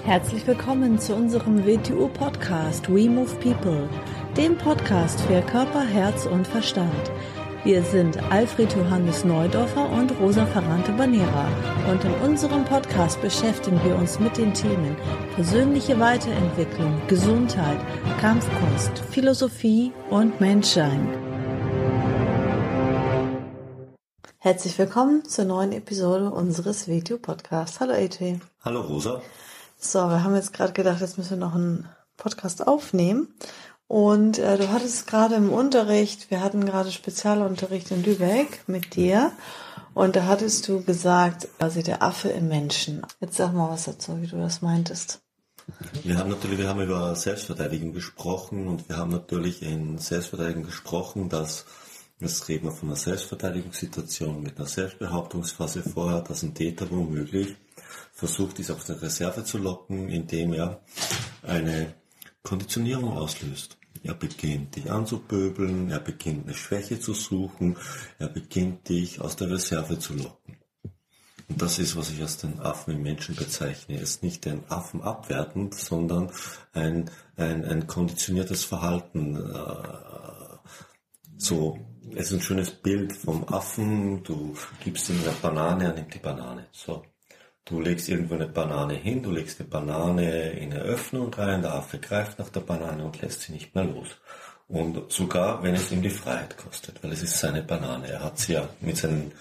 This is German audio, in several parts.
Herzlich willkommen zu unserem WTU-Podcast We Move People, dem Podcast für Körper, Herz und Verstand. Wir sind Alfred Johannes Neudorfer und Rosa Ferrante Banera und in unserem Podcast beschäftigen wir uns mit den Themen persönliche Weiterentwicklung, Gesundheit, Kampfkunst, Philosophie und Menschsein. Herzlich willkommen zur neuen Episode unseres WTU-Podcasts. Hallo AJ. Hallo Rosa. So, wir haben jetzt gerade gedacht, jetzt müssen wir noch einen Podcast aufnehmen. Und du hattest gerade im Unterricht, wir hatten gerade Spezialunterricht in Lübeck mit dir. Und da hattest du gesagt, quasi der Affe im Menschen. Jetzt sag mal was dazu, wie du das meintest. Wir haben über Selbstverteidigung gesprochen und wir haben natürlich in Selbstverteidigung gesprochen, dass das reden wir von einer Selbstverteidigungssituation mit einer Selbstbehauptungsphase vorher, dass ein Täter womöglich versucht, dies auf eine Reserve zu locken, indem er eine Konditionierung auslöst. Er beginnt dich anzupöbeln, er beginnt eine Schwäche zu suchen, er beginnt dich aus der Reserve zu locken. Und das ist, was ich als den Affen im Menschen bezeichne. Es ist nicht den Affen abwertend, sondern ein konditioniertes Verhalten. Es ist ein schönes Bild vom Affen, du gibst ihm eine Banane, er nimmt die Banane. So. Du legst irgendwo eine Banane hin, du legst eine Banane in eine Öffnung rein, der Affe greift nach der Banane und lässt sie nicht mehr los. Und sogar, wenn es ihm die Freiheit kostet, weil es ist seine Banane. Er hat sie ja mit seinen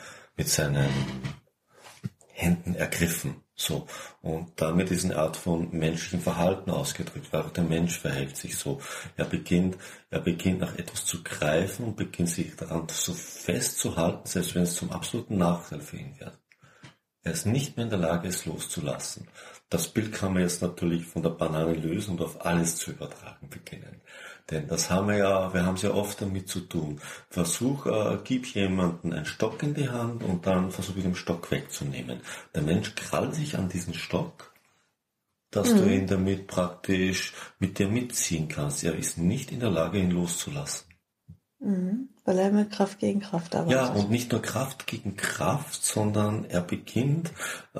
Händen ergriffen. So. Und damit ist eine Art von menschlichem Verhalten ausgedrückt, weil auch der Mensch verhält sich so. Er beginnt nach etwas zu greifen und beginnt sich daran so festzuhalten, selbst wenn es zum absoluten Nachteil für ihn wird. Er ist nicht mehr in der Lage, es loszulassen. Das Bild kann man jetzt natürlich von der Banane lösen und auf alles zu übertragen beginnen. Denn wir haben es ja oft damit zu tun. Gib jemanden einen Stock in die Hand und dann versuche den Stock wegzunehmen. Der Mensch krallt sich an diesen Stock, dass du ihn damit praktisch mit dir mitziehen kannst. Er ist nicht in der Lage, ihn loszulassen. Weil er mit Kraft gegen Kraft arbeitet. Ja, und nicht nur Kraft gegen Kraft, sondern er beginnt,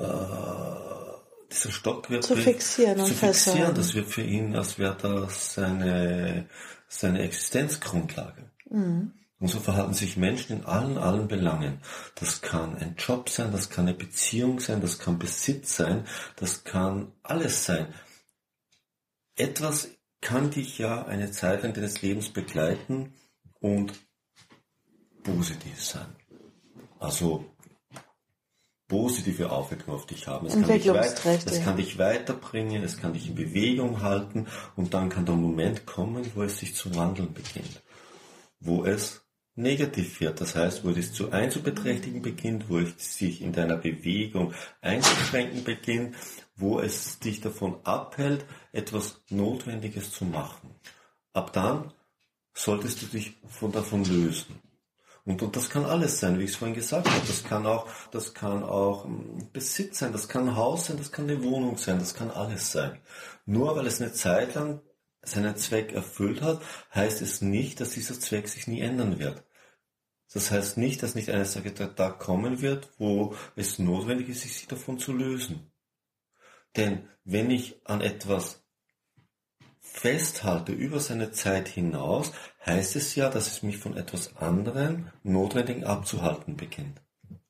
dieser Stock wird zu fixieren. Das wird für ihn, als wäre das seine Existenzgrundlage. Und so verhalten sich Menschen in allen Belangen. Das kann ein Job sein, das kann eine Beziehung sein, das kann Besitz sein, das kann alles sein. Etwas kann dich ja eine Zeit lang deines Lebens begleiten und positiv sein. Also positive Auswirkungen auf dich haben. Es kann dich weiterbringen, es kann dich in Bewegung halten und dann kann der Moment kommen, wo es sich zu wandeln beginnt. Wo es negativ wird, das heißt, wo es dich zu einzubeträchtigen beginnt, wo es sich in deiner Bewegung einzuschränken beginnt, wo es dich davon abhält, etwas Notwendiges zu machen. Ab dann solltest du dich davon lösen. Und das kann alles sein, wie ich es vorhin gesagt habe. Das kann auch Besitz sein, das kann ein Haus sein, das kann eine Wohnung sein, das kann alles sein. Nur weil es eine Zeit lang seinen Zweck erfüllt hat, heißt es nicht, dass dieser Zweck sich nie ändern wird. Das heißt nicht, dass nicht eines Tages der Tag kommen wird, wo es notwendig ist, sich davon zu lösen. Denn wenn ich an etwas festhalte über seine Zeit hinaus, heißt es ja, dass es mich von etwas anderem Notwendigen abzuhalten beginnt.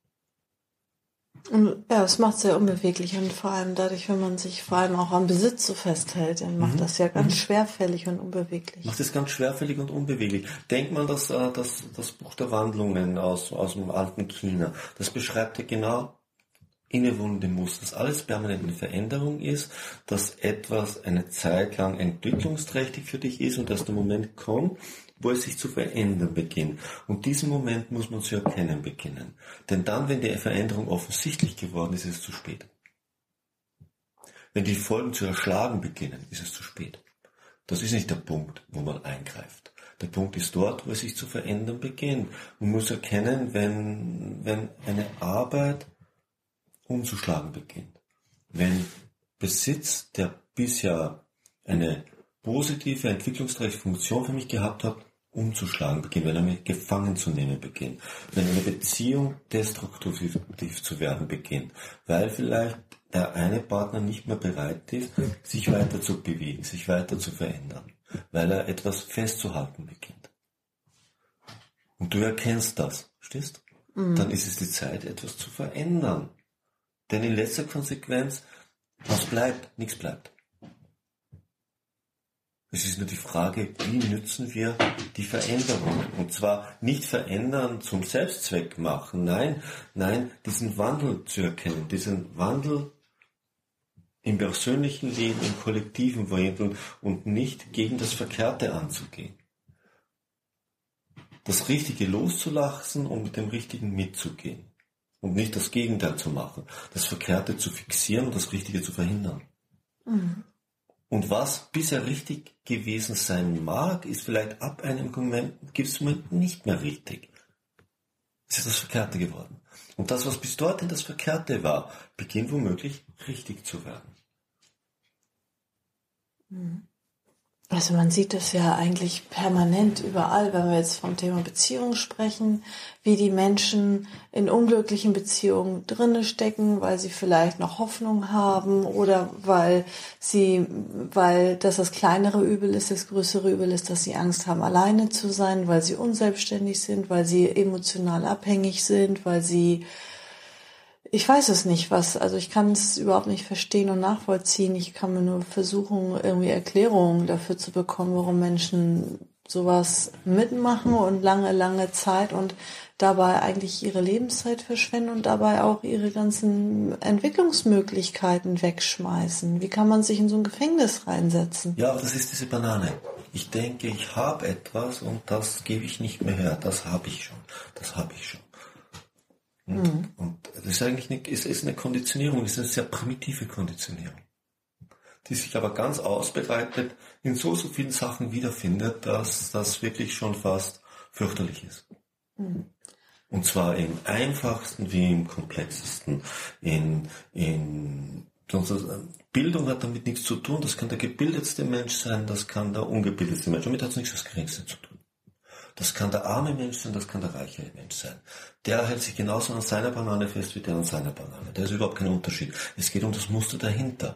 Und ja, es macht es sehr unbeweglich und vor allem dadurch, wenn man sich vor allem auch am Besitz so festhält, dann macht das ja ganz schwerfällig und unbeweglich. Macht es ganz schwerfällig und unbeweglich. Denkt man, dass das Buch der Wandlungen aus dem alten China, das beschreibt ja genau innewohnende Muster, dass alles permanent eine Veränderung ist, dass etwas eine Zeit lang entwicklungsträchtig für dich ist und dass der Moment kommt, wo es sich zu verändern beginnt. Und diesen Moment muss man zu erkennen beginnen. Denn dann, wenn die Veränderung offensichtlich geworden ist, ist es zu spät. Wenn die Folgen zu erschlagen beginnen, ist es zu spät. Das ist nicht der Punkt, wo man eingreift. Der Punkt ist dort, wo es sich zu verändern beginnt. Man muss erkennen, wenn eine Arbeit umzuschlagen beginnt. Wenn Besitz, der bisher eine positive, entwicklungsträchtige Funktion für mich gehabt hat, umzuschlagen beginnt, wenn er mich gefangen zu nehmen beginnt, wenn eine Beziehung destruktiv zu werden beginnt, weil vielleicht der eine Partner nicht mehr bereit ist, sich weiter zu bewegen, sich weiter zu verändern, weil er etwas festzuhalten beginnt. Und du erkennst das, verstehst? Dann ist es die Zeit, etwas zu verändern. Denn in letzter Konsequenz, was bleibt? Nichts bleibt. Es ist nur die Frage, wie nützen wir die Veränderungen? Und zwar nicht verändern zum Selbstzweck machen, nein, diesen Wandel zu erkennen, diesen Wandel im persönlichen Leben, im kollektiven Wandel und nicht gegen das Verkehrte anzugehen. Das Richtige loszulassen und mit dem Richtigen mitzugehen. Und nicht das Gegenteil zu machen. Das Verkehrte zu fixieren und das Richtige zu verhindern. Mhm. Und was bisher richtig gewesen sein mag, ist vielleicht ab einem gewissen Moment nicht mehr richtig. Es ist das Verkehrte geworden. Und das, was bis dorthin das Verkehrte war, beginnt womöglich richtig zu werden. Also man sieht das ja eigentlich permanent überall, wenn wir jetzt vom Thema Beziehung sprechen, wie die Menschen in unglücklichen Beziehungen drinne stecken, weil sie vielleicht noch Hoffnung haben oder weil das kleinere Übel ist, das größere Übel ist, dass sie Angst haben, alleine zu sein, weil sie unselbstständig sind, weil sie emotional abhängig sind, weil sie, ich weiß es nicht, also ich kann es überhaupt nicht verstehen und nachvollziehen. Ich kann mir nur versuchen, irgendwie Erklärungen dafür zu bekommen, warum Menschen sowas mitmachen und lange Zeit und dabei eigentlich ihre Lebenszeit verschwenden und dabei auch ihre ganzen Entwicklungsmöglichkeiten wegschmeißen. Wie kann man sich in so ein Gefängnis reinsetzen? Ja, das ist diese Banane. Ich denke, ich habe etwas und das gebe ich nicht mehr her. Das habe ich schon. Und das ist eigentlich eine Konditionierung, das ist eine sehr primitive Konditionierung, die sich aber ganz ausbreitet in so vielen Sachen wiederfindet, dass das wirklich schon fast fürchterlich ist. Und zwar im einfachsten wie im komplexesten. Bildung hat damit nichts zu tun, das kann der gebildetste Mensch sein, das kann der ungebildetste Mensch, damit hat es nichts das Geringste zu tun. Das kann der arme Mensch sein, das kann der reiche Mensch sein. Der hält sich genauso an seiner Banane fest wie der an seiner Banane. Da ist überhaupt kein Unterschied. Es geht um das Muster dahinter.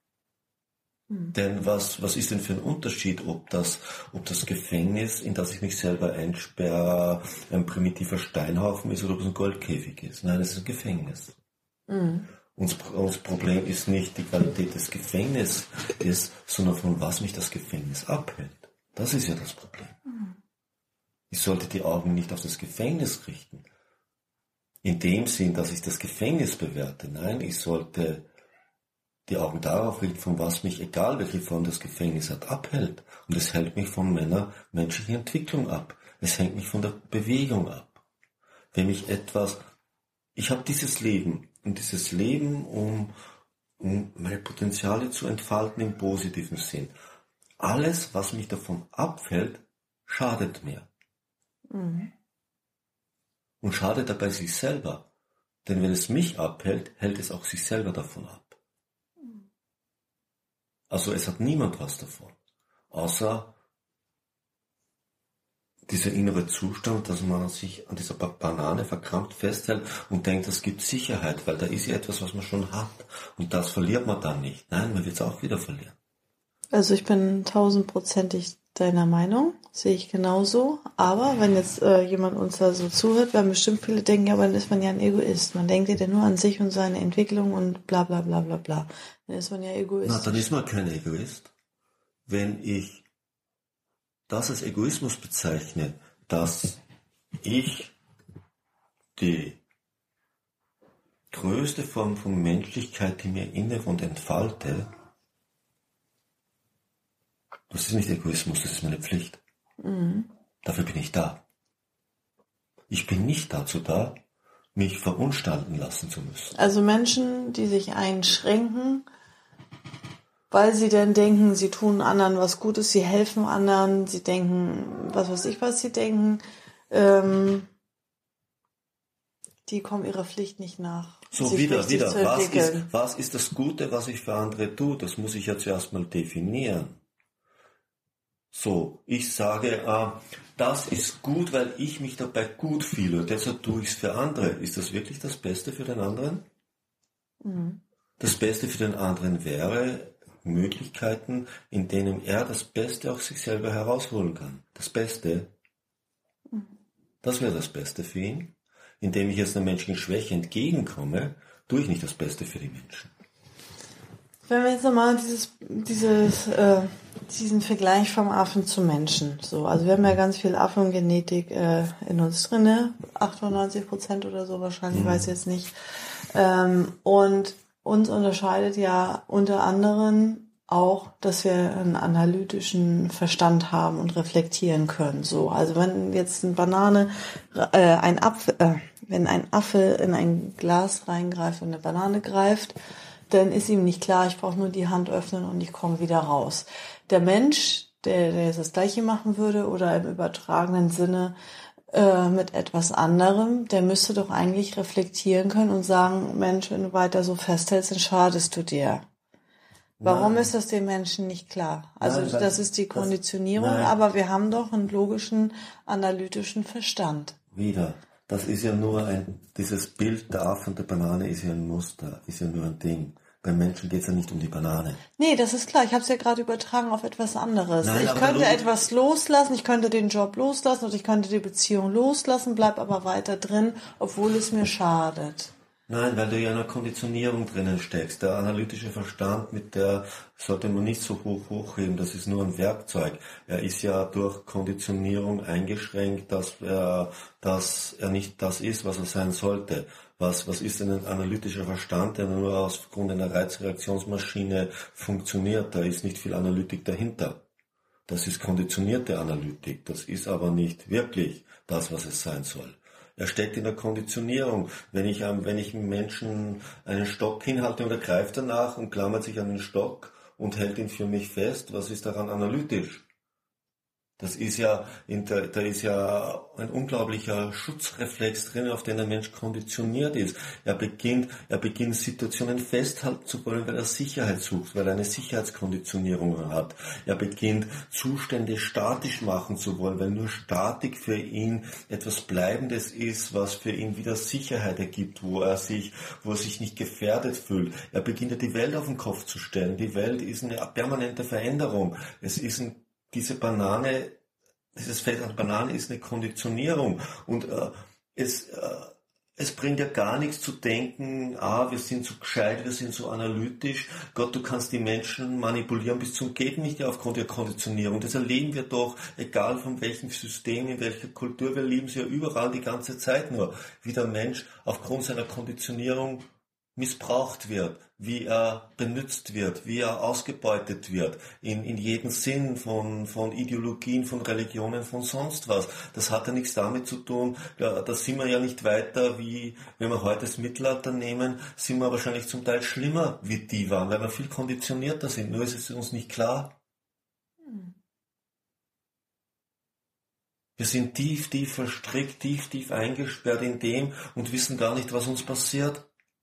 Denn was ist denn für ein Unterschied, ob das Gefängnis, in das ich mich selber einsperre, ein primitiver Steinhaufen ist oder ob es ein Goldkäfig ist? Nein, es ist ein Gefängnis. Unser Problem ist nicht die Qualität des Gefängnisses, sondern von was mich das Gefängnis abhält. Das ist ja das Problem. Ich sollte die Augen nicht auf das Gefängnis richten, in dem Sinn, dass ich das Gefängnis bewerte. Nein, ich sollte die Augen darauf richten, von was mich, egal welche Form das Gefängnis hat, abhält. Und es hält mich von meiner menschlichen Entwicklung ab. Es hängt mich von der Bewegung ab. Ich habe dieses Leben, um meine Potenziale zu entfalten im positiven Sinn. Alles, was mich davon abfällt, schadet mir. Und schadet dabei sich selber. Denn wenn es mich abhält, hält es auch sich selber davon ab. Also es hat niemand was davon. Außer dieser innere Zustand, dass man sich an dieser Banane verkrampft festhält und denkt, das gibt Sicherheit, weil da ist ja etwas, was man schon hat. Und das verliert man dann nicht. Nein, man wird es auch wieder verlieren. Also ich bin 1000%ig deiner Meinung, sehe ich genauso. Aber wenn jetzt jemand uns da so zuhört, werden bestimmt viele denken, ja, aber dann ist man ja ein Egoist. Man denkt ja nur an sich und seine Entwicklung und bla bla bla bla bla. Dann ist man ja Egoist. Na, dann ist man kein Egoist. Wenn ich das als Egoismus bezeichne, dass ich die größte Form von Menschlichkeit, die mir innewohnt, entfalte, das ist nicht Egoismus, das ist meine Pflicht. Dafür bin ich da. Ich bin nicht dazu da, mich verunstalten lassen zu müssen. Also Menschen, die sich einschränken, weil sie dann denken, sie tun anderen was Gutes, sie helfen anderen, sie denken, was weiß ich, was sie denken, die kommen ihrer Pflicht nicht nach. So, wieder. Was ist das Gute, was ich für andere tue? Das muss ich ja zuerst mal definieren. So, ich sage, das ist gut, weil ich mich dabei gut fühle, deshalb tue ich es für andere. Ist das wirklich das Beste für den anderen? Das Beste für den anderen wäre Möglichkeiten, in denen er das Beste aus sich selber herausholen kann. Das Beste, das wäre das Beste für ihn. Indem ich jetzt einer menschlichen Schwäche entgegenkomme, tue ich nicht das Beste für die Menschen. Wenn wir jetzt nochmal diesen Vergleich vom Affen zum Menschen, so, also wir haben ja ganz viel Affengenetik in uns drinne, 98% oder so wahrscheinlich, weiß ich jetzt nicht, und uns unterscheidet ja unter anderem auch, dass wir einen analytischen Verstand haben und reflektieren können. So, also wenn jetzt wenn ein Affe in ein Glas reingreift und eine Banane greift, dann ist ihm nicht klar, ich brauche nur die Hand öffnen und ich komme wieder raus. Der Mensch, der jetzt das Gleiche machen würde oder im übertragenen Sinne mit etwas anderem, der müsste doch eigentlich reflektieren können und sagen, Mensch, wenn du weiter so festhältst, dann schadest du dir. Warum ist das den Menschen nicht klar? Also das ist die Konditionierung, aber wir haben doch einen logischen, analytischen Verstand. Wieder. Das ist ja nur dieses Bild der Affe und der Banane ist ja ein Muster, ist ja nur ein Ding. Beim Menschen geht es ja nicht um die Banane. Nee, das ist klar. Ich habe es ja gerade übertragen auf etwas anderes. Ich könnte etwas loslassen, ich könnte den Job loslassen oder ich könnte die Beziehung loslassen, bleib aber weiter drin, obwohl es mir schadet. Nein, weil du ja in einer Konditionierung drinnen steckst. Der analytische Verstand, mit der sollte man nicht so hochheben, das ist nur ein Werkzeug. Er ist ja durch Konditionierung eingeschränkt, dass er nicht das ist, was er sein sollte. Was ist denn ein analytischer Verstand, der nur aufgrund einer Reizreaktionsmaschine funktioniert? Da ist nicht viel Analytik dahinter. Das ist konditionierte Analytik, das ist aber nicht wirklich das, was es sein soll. Er steckt in der Konditionierung. Wenn ich einem Menschen einen Stock hinhalte und er greift danach und klammert sich an den Stock und hält ihn für mich fest, was ist daran analytisch? Da ist ja ein unglaublicher Schutzreflex drin, auf den der Mensch konditioniert ist. Er beginnt Situationen festhalten zu wollen, weil er Sicherheit sucht, weil er eine Sicherheitskonditionierung hat. Er beginnt Zustände statisch machen zu wollen, weil nur Statik für ihn etwas Bleibendes ist, was für ihn wieder Sicherheit ergibt, wo er sich nicht gefährdet fühlt. Er beginnt ja die Welt auf den Kopf zu stellen. Die Welt ist eine permanente Veränderung. Dieses Feld an Banane ist eine Konditionierung und es bringt ja gar nichts zu denken, wir sind so gescheit, wir sind so analytisch. Gott, du kannst die Menschen manipulieren bis zum geht nicht aufgrund der Konditionierung. Das erleben wir doch, egal von welchem System, in welcher Kultur, wir erleben sie ja überall die ganze Zeit nur, wie der Mensch aufgrund seiner Konditionierung missbraucht wird, wie er benutzt wird, wie er ausgebeutet wird, in jedem Sinn von Ideologien, von Religionen, von sonst was. Das hat ja nichts damit zu tun, da sind wir ja nicht weiter wie, wenn wir heute das Mittelalter nehmen, sind wir wahrscheinlich zum Teil schlimmer wie die waren, weil wir viel konditionierter sind, nur ist es uns nicht klar. Wir sind tief verstrickt, tief eingesperrt in dem und wissen gar nicht, was uns passiert.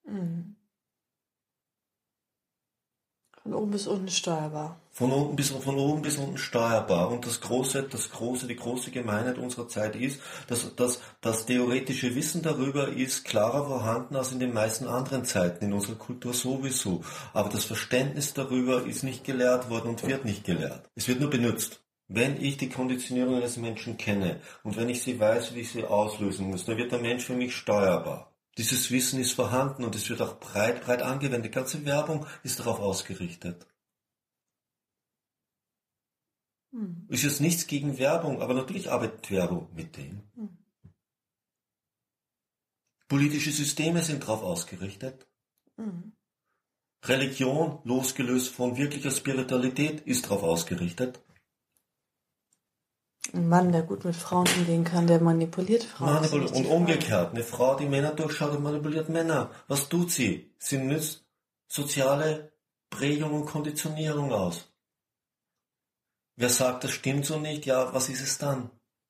Von oben bis unten steuerbar. Von oben bis unten steuerbar. Und die große Gemeinheit unserer Zeit ist, dass das theoretische Wissen darüber ist klarer vorhanden als in den meisten anderen Zeiten in unserer Kultur sowieso. Aber das Verständnis darüber ist nicht gelehrt worden und wird nicht gelehrt. Es wird nur benutzt. Wenn ich die Konditionierung eines Menschen kenne und wenn ich sie weiß, wie ich sie auslösen muss, dann wird der Mensch für mich steuerbar. Dieses Wissen ist vorhanden und es wird auch breit angewendet. Die ganze Werbung ist darauf ausgerichtet. Ist jetzt nichts gegen Werbung, aber natürlich arbeitet Werbung mit dem. Politische Systeme sind darauf ausgerichtet. Religion, losgelöst von wirklicher Spiritualität, ist darauf ausgerichtet. Ein Mann, der gut mit Frauen umgehen kann, der manipuliert Frauen. Und umgekehrt, eine Frau, die Männer durchschaut und manipuliert Männer. Was tut sie? Sie nützt soziale Prägung und Konditionierung aus. Wer sagt, das stimmt so nicht, ja, was ist es dann?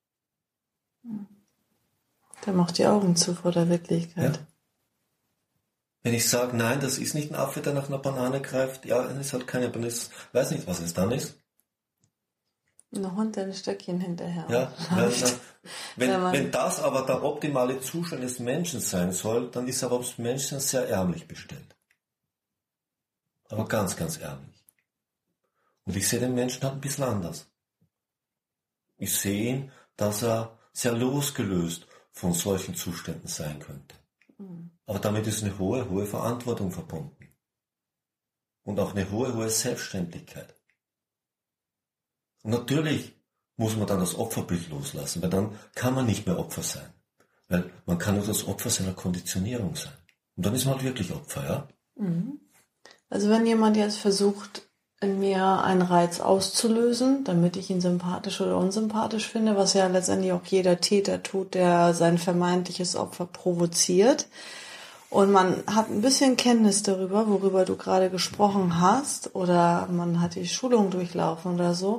Der macht die Augen zu vor der Wirklichkeit. Ja. Wenn ich sage, nein, das ist nicht ein Affe, der nach einer Banane greift, ja, dann ist halt keine Banane, weiß nicht, was es dann ist. Ein Hund, der ein Stöckchen hinterher. Ja, wenn das aber der optimale Zustand des Menschen sein soll, dann ist aber das Menschen sehr ärmlich bestellt. Aber ganz, ganz ehrlich. Und ich sehe den Menschen halt ein bisschen anders. Ich sehe ihn, dass er sehr losgelöst von solchen Zuständen sein könnte. Aber damit ist eine hohe, hohe Verantwortung verbunden. Und auch eine hohe, hohe Selbstständigkeit. Und natürlich muss man dann das Opferbild loslassen, weil dann kann man nicht mehr Opfer sein. Weil man kann nur das Opfer seiner Konditionierung sein. Und dann ist man halt wirklich Opfer, ja? Also wenn jemand jetzt versucht, in mir einen Reiz auszulösen, damit ich ihn sympathisch oder unsympathisch finde, was ja letztendlich auch jeder Täter tut, der sein vermeintliches Opfer provoziert. Und man hat ein bisschen Kenntnis darüber, worüber du gerade gesprochen hast, oder man hat die Schulung durchlaufen oder so,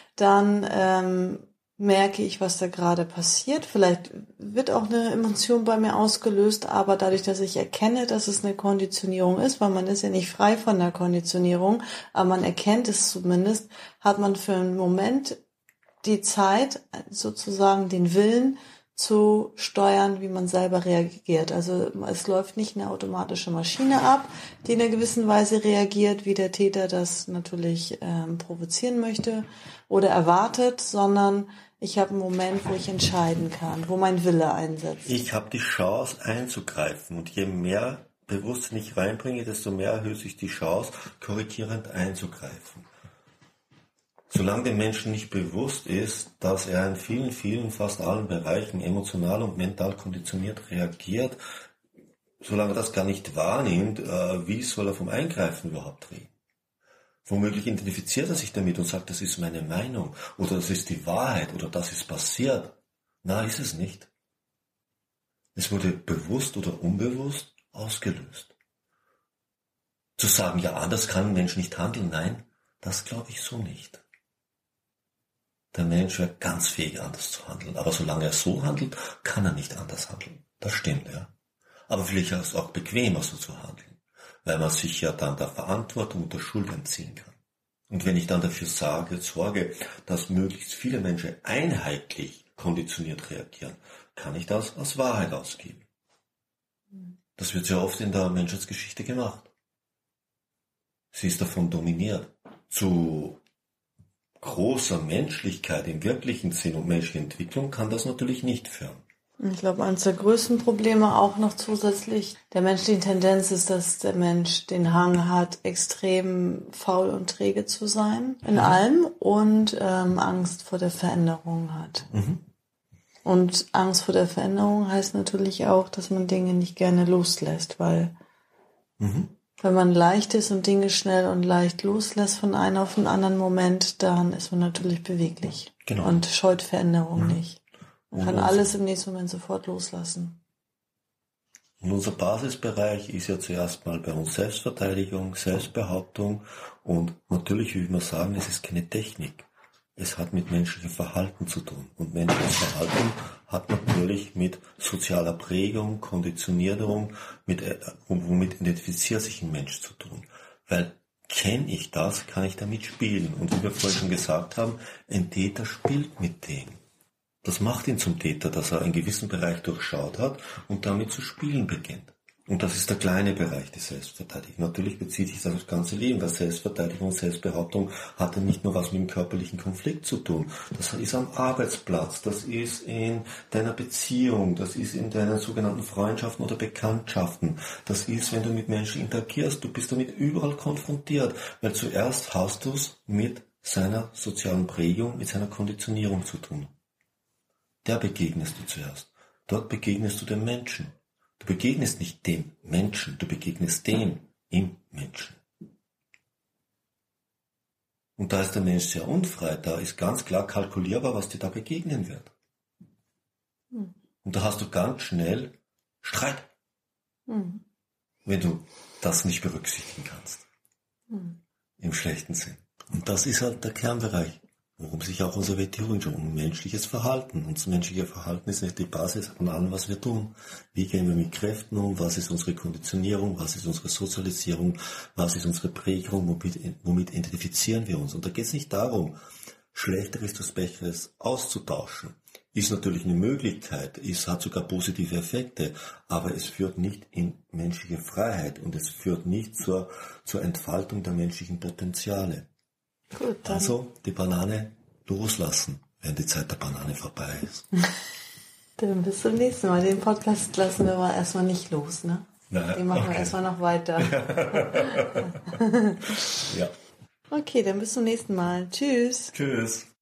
dann merke ich, was da gerade passiert. Vielleicht wird auch eine Emotion bei mir ausgelöst, aber dadurch, dass ich erkenne, dass es eine Konditionierung ist, weil man ist ja nicht frei von der Konditionierung, aber man erkennt es zumindest, hat man für einen Moment die Zeit, sozusagen den Willen zu steuern, wie man selber reagiert. Also es läuft nicht eine automatische Maschine ab, die in einer gewissen Weise reagiert, wie der Täter das natürlich provozieren möchte oder erwartet, sondern ich habe einen Moment, wo ich entscheiden kann, wo mein Wille einsetzt. Ich habe die Chance einzugreifen und je mehr Bewusstsein ich reinbringe, desto mehr erhöht sich die Chance, korrigierend einzugreifen. Solange dem Menschen nicht bewusst ist, dass er in vielen, vielen, fast allen Bereichen emotional und mental konditioniert reagiert, solange er das gar nicht wahrnimmt, wie soll er vom Eingreifen überhaupt reden? Womöglich identifiziert er sich damit und sagt, das ist meine Meinung oder das ist die Wahrheit oder das ist passiert. Na, ist es nicht. Es wurde bewusst oder unbewusst ausgelöst. Zu sagen, ja, anders kann ein Mensch nicht handeln, nein, das glaube ich so nicht. Der Mensch wäre ganz fähig, anders zu handeln, aber solange er so handelt, kann er nicht anders handeln. Das stimmt, ja. Aber vielleicht ist es auch bequemer, so zu handeln, weil man sich ja dann der Verantwortung und der Schuld entziehen kann. Und wenn ich dann dafür sorge, dass möglichst viele Menschen einheitlich konditioniert reagieren, kann ich das als Wahrheit ausgeben. Das wird sehr oft in der Menschheitsgeschichte gemacht. Sie ist davon dominiert. Zu großer Menschlichkeit im wirklichen Sinn und menschliche Entwicklung kann das natürlich nicht führen. Ich glaube, eines der größten Probleme auch noch zusätzlich der menschlichen Tendenz ist, dass der Mensch den Hang hat, extrem faul und träge zu sein in allem und Angst vor der Veränderung hat. Und Angst vor der Veränderung heißt natürlich auch, dass man Dinge nicht gerne loslässt, weil wenn man leicht ist und Dinge schnell und leicht loslässt von einem auf den anderen Moment, dann ist man natürlich beweglich und scheut Veränderung nicht. Man kann alles im nächsten Moment sofort loslassen. Und unser Basisbereich ist ja zuerst mal bei uns Selbstverteidigung, Selbstbehauptung und natürlich will man sagen, es ist keine Technik. Es hat mit menschlichem Verhalten zu tun. Und menschliches Verhalten hat natürlich mit sozialer Prägung, Konditionierung, womit identifiziert sich ein Mensch zu tun. Weil kenne ich das, kann ich damit spielen. Und wie wir vorhin schon gesagt haben, ein Täter spielt mit dem. Das macht ihn zum Täter, dass er einen gewissen Bereich durchschaut hat und damit zu spielen beginnt. Und das ist der kleine Bereich der Selbstverteidigung. Natürlich bezieht sich das auf das ganze Leben, weil Selbstverteidigung und Selbstbehauptung hat ja nicht nur was mit dem körperlichen Konflikt zu tun. Das ist am Arbeitsplatz, das ist in deiner Beziehung, das ist in deinen sogenannten Freundschaften oder Bekanntschaften. Das ist, wenn du mit Menschen interagierst, du bist damit überall konfrontiert, weil zuerst hast du es mit seiner sozialen Prägung, mit seiner Konditionierung zu tun. Der begegnest du zuerst. Dort begegnest du dem Menschen. Du begegnest nicht dem Menschen, du begegnest dem im Menschen. Und da ist der Mensch sehr unfrei, da ist ganz klar kalkulierbar, was dir da begegnen wird. Und da hast du ganz schnell Streit, wenn du das nicht berücksichtigen kannst. Im schlechten Sinn. Und das ist halt der Kernbereich, worum sich auch unser WTO schon um menschliches Verhalten. Und das menschliche Verhalten ist nicht die Basis von allem, was wir tun. Wie gehen wir mit Kräften um? Was ist unsere Konditionierung? Was ist unsere Sozialisierung? Was ist unsere Prägung? Womit identifizieren wir uns? Und da geht es nicht darum, Schlechteres durch Besseres auszutauschen. ist natürlich eine Möglichkeit, es hat sogar positive Effekte, aber es führt nicht in menschliche Freiheit und es führt nicht zur Entfaltung der menschlichen Potenziale. Gut, dann. Also die Banane loslassen, wenn die Zeit der Banane vorbei ist. Dann bis zum nächsten Mal. Den Podcast lassen wir mal erstmal nicht los, ne? Nein, Den machen wir erstmal noch weiter. Ja. Okay, dann bis zum nächsten Mal. Tschüss. Tschüss.